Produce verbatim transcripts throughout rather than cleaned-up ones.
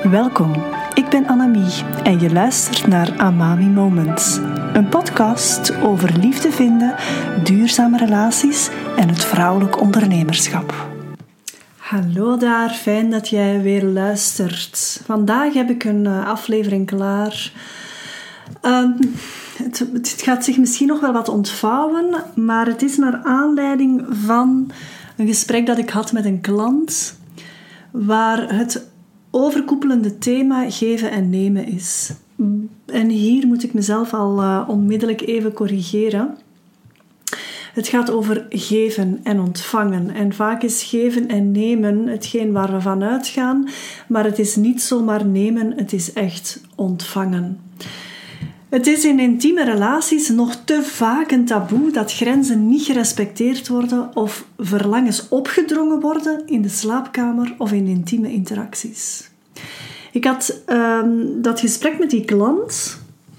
Welkom, ik ben Annemie en je luistert naar Amami Moments. Een podcast over liefde vinden, duurzame relaties en het vrouwelijk ondernemerschap. Hallo daar, fijn dat jij weer luistert. Vandaag heb ik een aflevering klaar. Um, het, het gaat zich misschien nog wel wat ontvouwen, maar het is naar aanleiding van een gesprek dat ik had met een klant, waar het overkoepelende thema geven en nemen is. En hier moet ik mezelf al uh, onmiddellijk even corrigeren. Het gaat over geven en ontvangen. En vaak is geven en nemen hetgeen waar we van uitgaan, maar het is niet zomaar nemen, het is echt ontvangen. Het is in intieme relaties nog te vaak een taboe dat grenzen niet gerespecteerd worden of verlangens opgedrongen worden in de slaapkamer of in intieme interacties. Ik had um, dat gesprek met die klant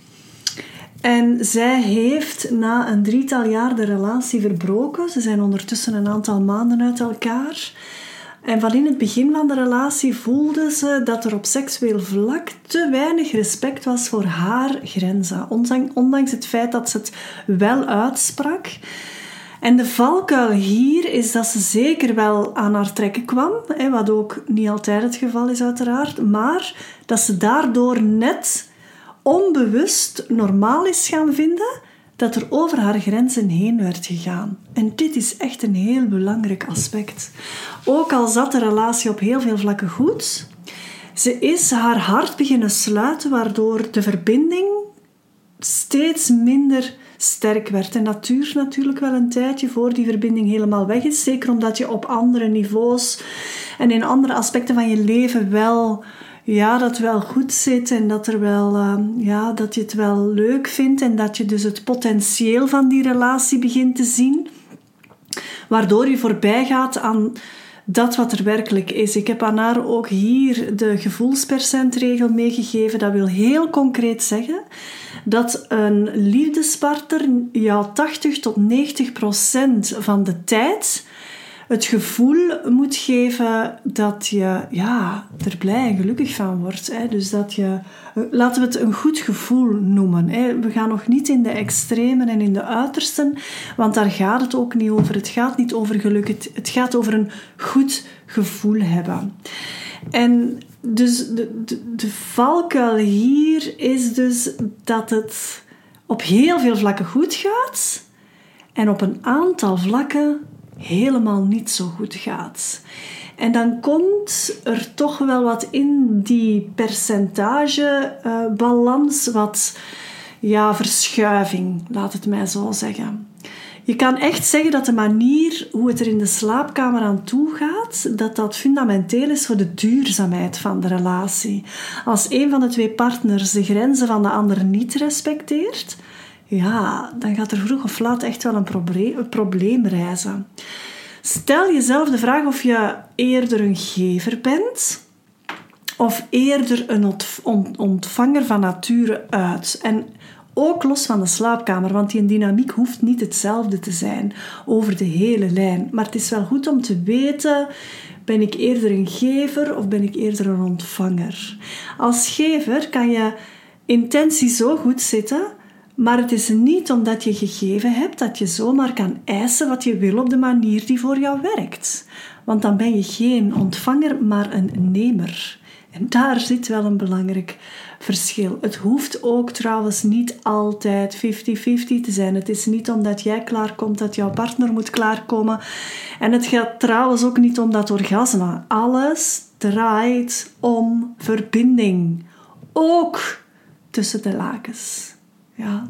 en zij heeft na een drietal jaar de relatie verbroken. Ze zijn ondertussen een aantal maanden uit elkaar. En van in het begin van de relatie voelde ze dat er op seksueel vlak te weinig respect was voor haar grenzen. Ondanks het feit dat ze het wel uitsprak. En de valkuil hier is dat ze zeker wel aan haar trekken kwam. Wat ook niet altijd het geval is uiteraard. Maar dat ze daardoor net onbewust normaal is gaan vinden dat er over haar grenzen heen werd gegaan. En dit is echt een heel belangrijk aspect. Ook al zat de relatie op heel veel vlakken goed, ze is haar hart beginnen sluiten, waardoor de verbinding steeds minder sterk werd. En dat duurt natuurlijk wel een tijdje voor die verbinding helemaal weg is. Zeker omdat je op andere niveaus en in andere aspecten van je leven wel... Ja, dat wel goed zit en dat, er wel, uh, ja, dat je het wel leuk vindt en dat je dus het potentieel van die relatie begint te zien, waardoor je voorbij gaat aan dat wat er werkelijk is. Ik heb aan haar ook hier de gevoelspercentregel meegegeven. Dat wil heel concreet zeggen dat een liefdespartner jou tachtig tot negentig procent van de tijd het gevoel moet geven dat je ja, er blij en gelukkig van wordt. Hè. Dus dat je, laten we het een goed gevoel noemen. Hè. We gaan nog niet in de extremen en in de uitersten, want daar gaat het ook niet over. Het gaat niet over geluk, het, het gaat over een goed gevoel hebben. En dus de, de, de valkuil hier is dus dat het op heel veel vlakken goed gaat en op een aantal vlakken helemaal niet zo goed gaat. En dan komt er toch wel wat in die percentagebalans, uh, wat ja, verschuiving, laat het mij zo zeggen. Je kan echt zeggen dat de manier hoe het er in de slaapkamer aan toe gaat, dat dat fundamenteel is voor de duurzaamheid van de relatie. Als een van de twee partners de grenzen van de ander niet respecteert, ja, dan gaat er vroeg of laat echt wel een probleem, een probleem rijzen. Stel jezelf de vraag of je eerder een gever bent of eerder een ontvanger van nature uit. En ook los van de slaapkamer, want die dynamiek hoeft niet hetzelfde te zijn over de hele lijn. Maar het is wel goed om te weten, ben ik eerder een gever of ben ik eerder een ontvanger? Als gever kan je intentie zo goed zitten, maar het is niet omdat je gegeven hebt dat je zomaar kan eisen wat je wil op de manier die voor jou werkt. Want dan ben je geen ontvanger, maar een nemer. En daar zit wel een belangrijk verschil. Het hoeft ook trouwens niet altijd vijftig vijftig te zijn. Het is niet omdat jij klaarkomt dat jouw partner moet klaarkomen. En het gaat trouwens ook niet om dat orgasme. Alles draait om verbinding. Ook tussen de lakens. Ja.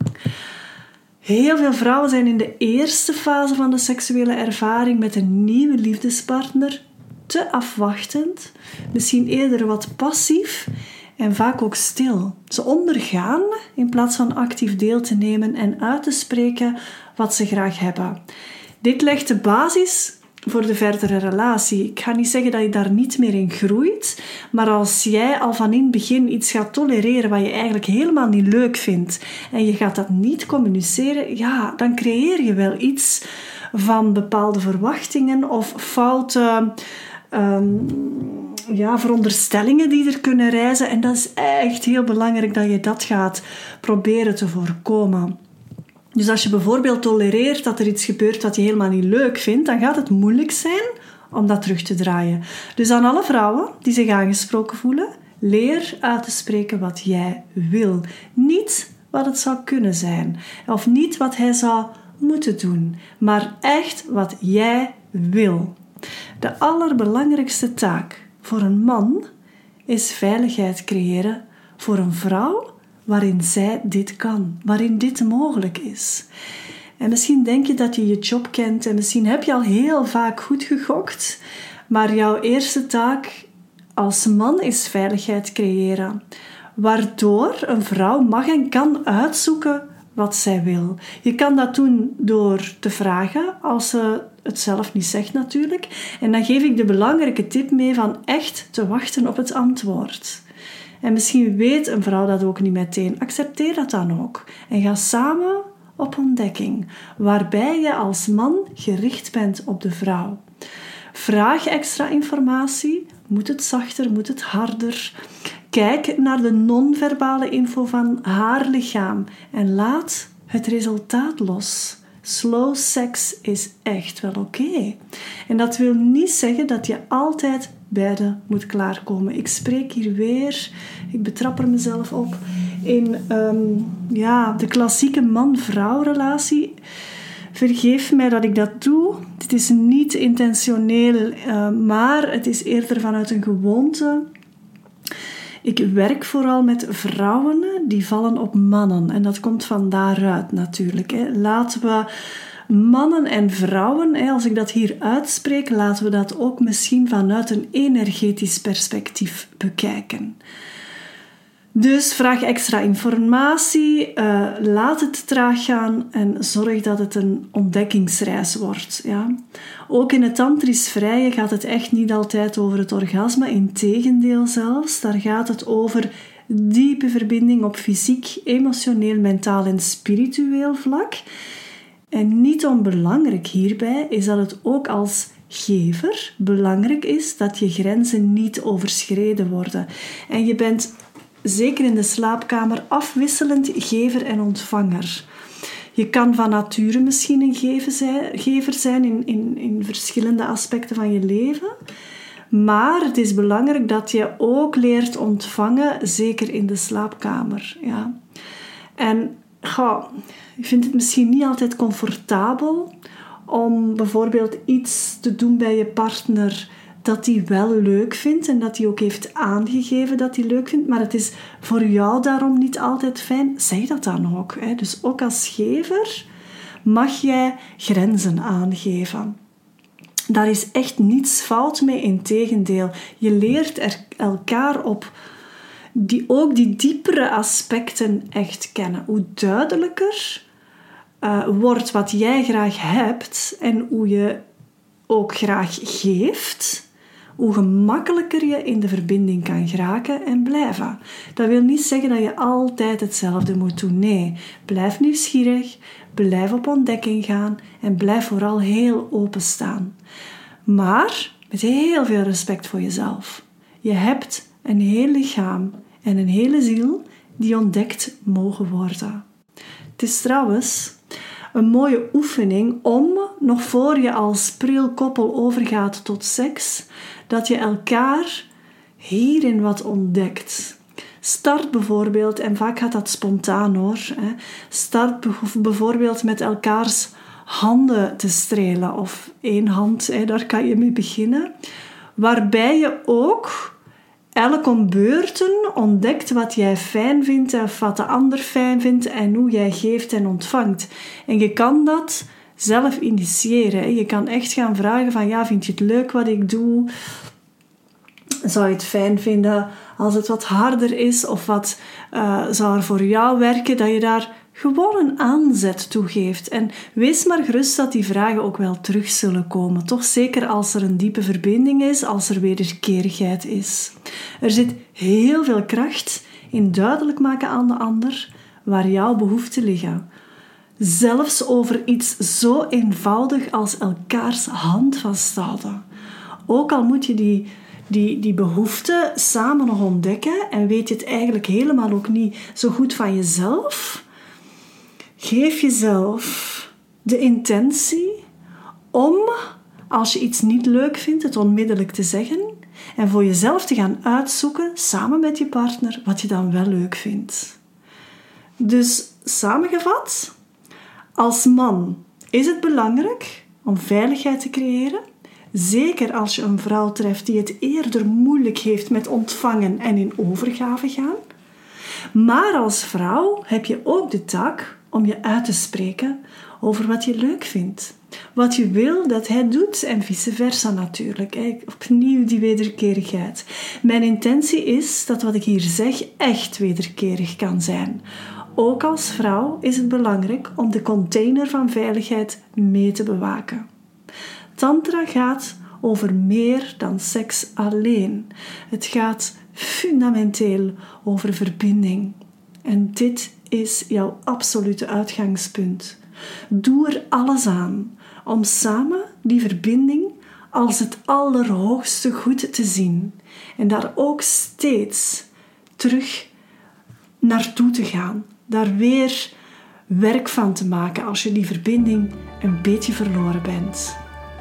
Heel veel vrouwen zijn in de eerste fase van de seksuele ervaring met een nieuwe liefdespartner te afwachtend, misschien eerder wat passief en vaak ook stil. Ze ondergaan in plaats van actief deel te nemen en uit te spreken wat ze graag hebben. Dit legt de basis voor de verdere relatie. Ik ga niet zeggen dat je daar niet meer in groeit, maar als jij al van in het begin iets gaat tolereren wat je eigenlijk helemaal niet leuk vindt en je gaat dat niet communiceren, ja, dan creëer je wel iets van bepaalde verwachtingen of foute um, ja, veronderstellingen die er kunnen rijzen. En dat is echt heel belangrijk dat je dat gaat proberen te voorkomen. Dus als je bijvoorbeeld tolereert dat er iets gebeurt wat je helemaal niet leuk vindt, dan gaat het moeilijk zijn om dat terug te draaien. Dus aan alle vrouwen die zich aangesproken voelen, leer uit te spreken wat jij wil. Niet wat het zou kunnen zijn. Of niet wat hij zou moeten doen. Maar echt wat jij wil. De allerbelangrijkste taak voor een man is veiligheid creëren voor een vrouw waarin zij dit kan. Waarin dit mogelijk is. En misschien denk je dat je je job kent en misschien heb je al heel vaak goed gegokt. Maar jouw eerste taak als man is veiligheid creëren. Waardoor een vrouw mag en kan uitzoeken wat zij wil. Je kan dat doen door te vragen, als ze het zelf niet zegt natuurlijk. En dan geef ik de belangrijke tip mee van echt te wachten op het antwoord. En misschien weet een vrouw dat ook niet meteen. Accepteer dat dan ook. En ga samen op ontdekking, waarbij je als man gericht bent op de vrouw. Vraag extra informatie. Moet het zachter? Moet het harder? Kijk naar de non-verbale info van haar lichaam en laat het resultaat los. Slow seks is echt wel oké. Okay. En dat wil niet zeggen dat je altijd beide moet klaarkomen. Ik spreek hier weer, ik betrap er mezelf op, in um, ja, de klassieke man-vrouw relatie. Vergeef mij dat ik dat doe. Het is niet intentioneel, uh, maar het is eerder vanuit een gewoonte. Ik werk vooral met vrouwen die vallen op mannen. En dat komt van daaruit natuurlijk. Hè. Laten we mannen en vrouwen, hè, als ik dat hier uitspreek, laten we dat ook misschien vanuit een energetisch perspectief bekijken. Dus vraag extra informatie, uh, laat het traag gaan en zorg dat het een ontdekkingsreis wordt. Ja. Ook in het tantrisch vrije gaat het echt niet altijd over het orgasme, integendeel zelfs. Daar gaat het over diepe verbinding op fysiek, emotioneel, mentaal en spiritueel vlak. En niet onbelangrijk hierbij is dat het ook als gever belangrijk is dat je grenzen niet overschreden worden. En je bent zeker in de slaapkamer afwisselend gever en ontvanger. Je kan van nature misschien een gever zijn in, in, in verschillende aspecten van je leven. Maar het is belangrijk dat je ook leert ontvangen, zeker in de slaapkamer. Ja. En goh, ik vind het misschien niet altijd comfortabel om bijvoorbeeld iets te doen bij je partner dat hij wel leuk vindt en dat hij ook heeft aangegeven dat hij leuk vindt, maar het is voor jou daarom niet altijd fijn. Zeg dat dan ook. Hè? Dus ook als gever mag jij grenzen aangeven. Daar is echt niets fout mee, integendeel. Je leert er elkaar op die, ook die diepere aspecten echt kennen. Hoe duidelijker uh, wordt wat jij graag hebt en hoe je ook graag geeft, hoe gemakkelijker je in de verbinding kan geraken en blijven. Dat wil niet zeggen dat je altijd hetzelfde moet doen. Nee, blijf nieuwsgierig, blijf op ontdekking gaan en blijf vooral heel openstaan. Maar met heel veel respect voor jezelf. Je hebt een heel lichaam en een hele ziel die ontdekt mogen worden. Het is trouwens een mooie oefening om, nog voor je als pril koppel overgaat tot seks, dat je elkaar hierin wat ontdekt. Start bijvoorbeeld, en vaak gaat dat spontaan hoor, hè. Start bijvoorbeeld met elkaars handen te strelen, of één hand, hè, daar kan je mee beginnen, waarbij je ook elk om beurten ontdekt wat jij fijn vindt of wat de ander fijn vindt en hoe jij geeft en ontvangt. En je kan dat zelf initiëren. Je kan echt gaan vragen van, ja, vind je het leuk wat ik doe? Zou je het fijn vinden als het wat harder is? Of wat uh, zou er voor jou werken? Dat je daar gewoon een aanzet toe geeft. En wees maar gerust dat die vragen ook wel terug zullen komen. Toch zeker als er een diepe verbinding is, als er wederkerigheid is. Er zit heel veel kracht in duidelijk maken aan de ander waar jouw behoeften liggen. Zelfs over iets zo eenvoudig als elkaars hand vasthouden. Ook al moet je die, die, die behoefte samen nog ontdekken en weet je het eigenlijk helemaal ook niet zo goed van jezelf, geef jezelf de intentie om, als je iets niet leuk vindt, het onmiddellijk te zeggen en voor jezelf te gaan uitzoeken, samen met je partner, wat je dan wel leuk vindt. Dus samengevat, als man is het belangrijk om veiligheid te creëren. Zeker als je een vrouw treft die het eerder moeilijk heeft met ontvangen en in overgave gaan. Maar als vrouw heb je ook de taak om je uit te spreken over wat je leuk vindt. Wat je wil dat hij doet en vice versa natuurlijk. Opnieuw die wederkerigheid. Mijn intentie is dat wat ik hier zeg echt wederkerig kan zijn. Ook als vrouw is het belangrijk om de container van veiligheid mee te bewaken. Tantra gaat over meer dan seks alleen. Het gaat fundamenteel over verbinding. En dit is jouw absolute uitgangspunt. Doe er alles aan om samen die verbinding als het allerhoogste goed te zien. En daar ook steeds terug naartoe te gaan. Daar weer werk van te maken als je die verbinding een beetje verloren bent.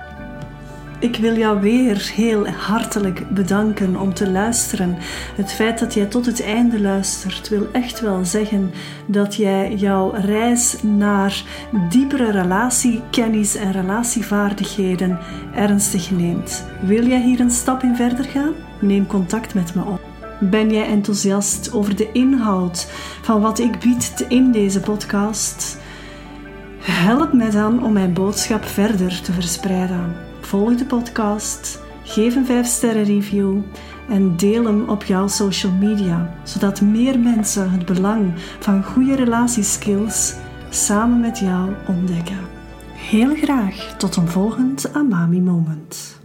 Ik wil jou weer heel hartelijk bedanken om te luisteren. Het feit dat jij tot het einde luistert wil echt wel zeggen dat jij jouw reis naar diepere relatiekennis en relatievaardigheden ernstig neemt. Wil jij hier een stap in verder gaan? Neem contact met me op. Ben jij enthousiast over de inhoud van wat ik bied in deze podcast? Help mij dan om mijn boodschap verder te verspreiden. Volg de podcast, geef een vijf sterren review en deel hem op jouw social media, zodat meer mensen het belang van goede relatieskills samen met jou ontdekken. Heel graag tot een volgend Amami Moment.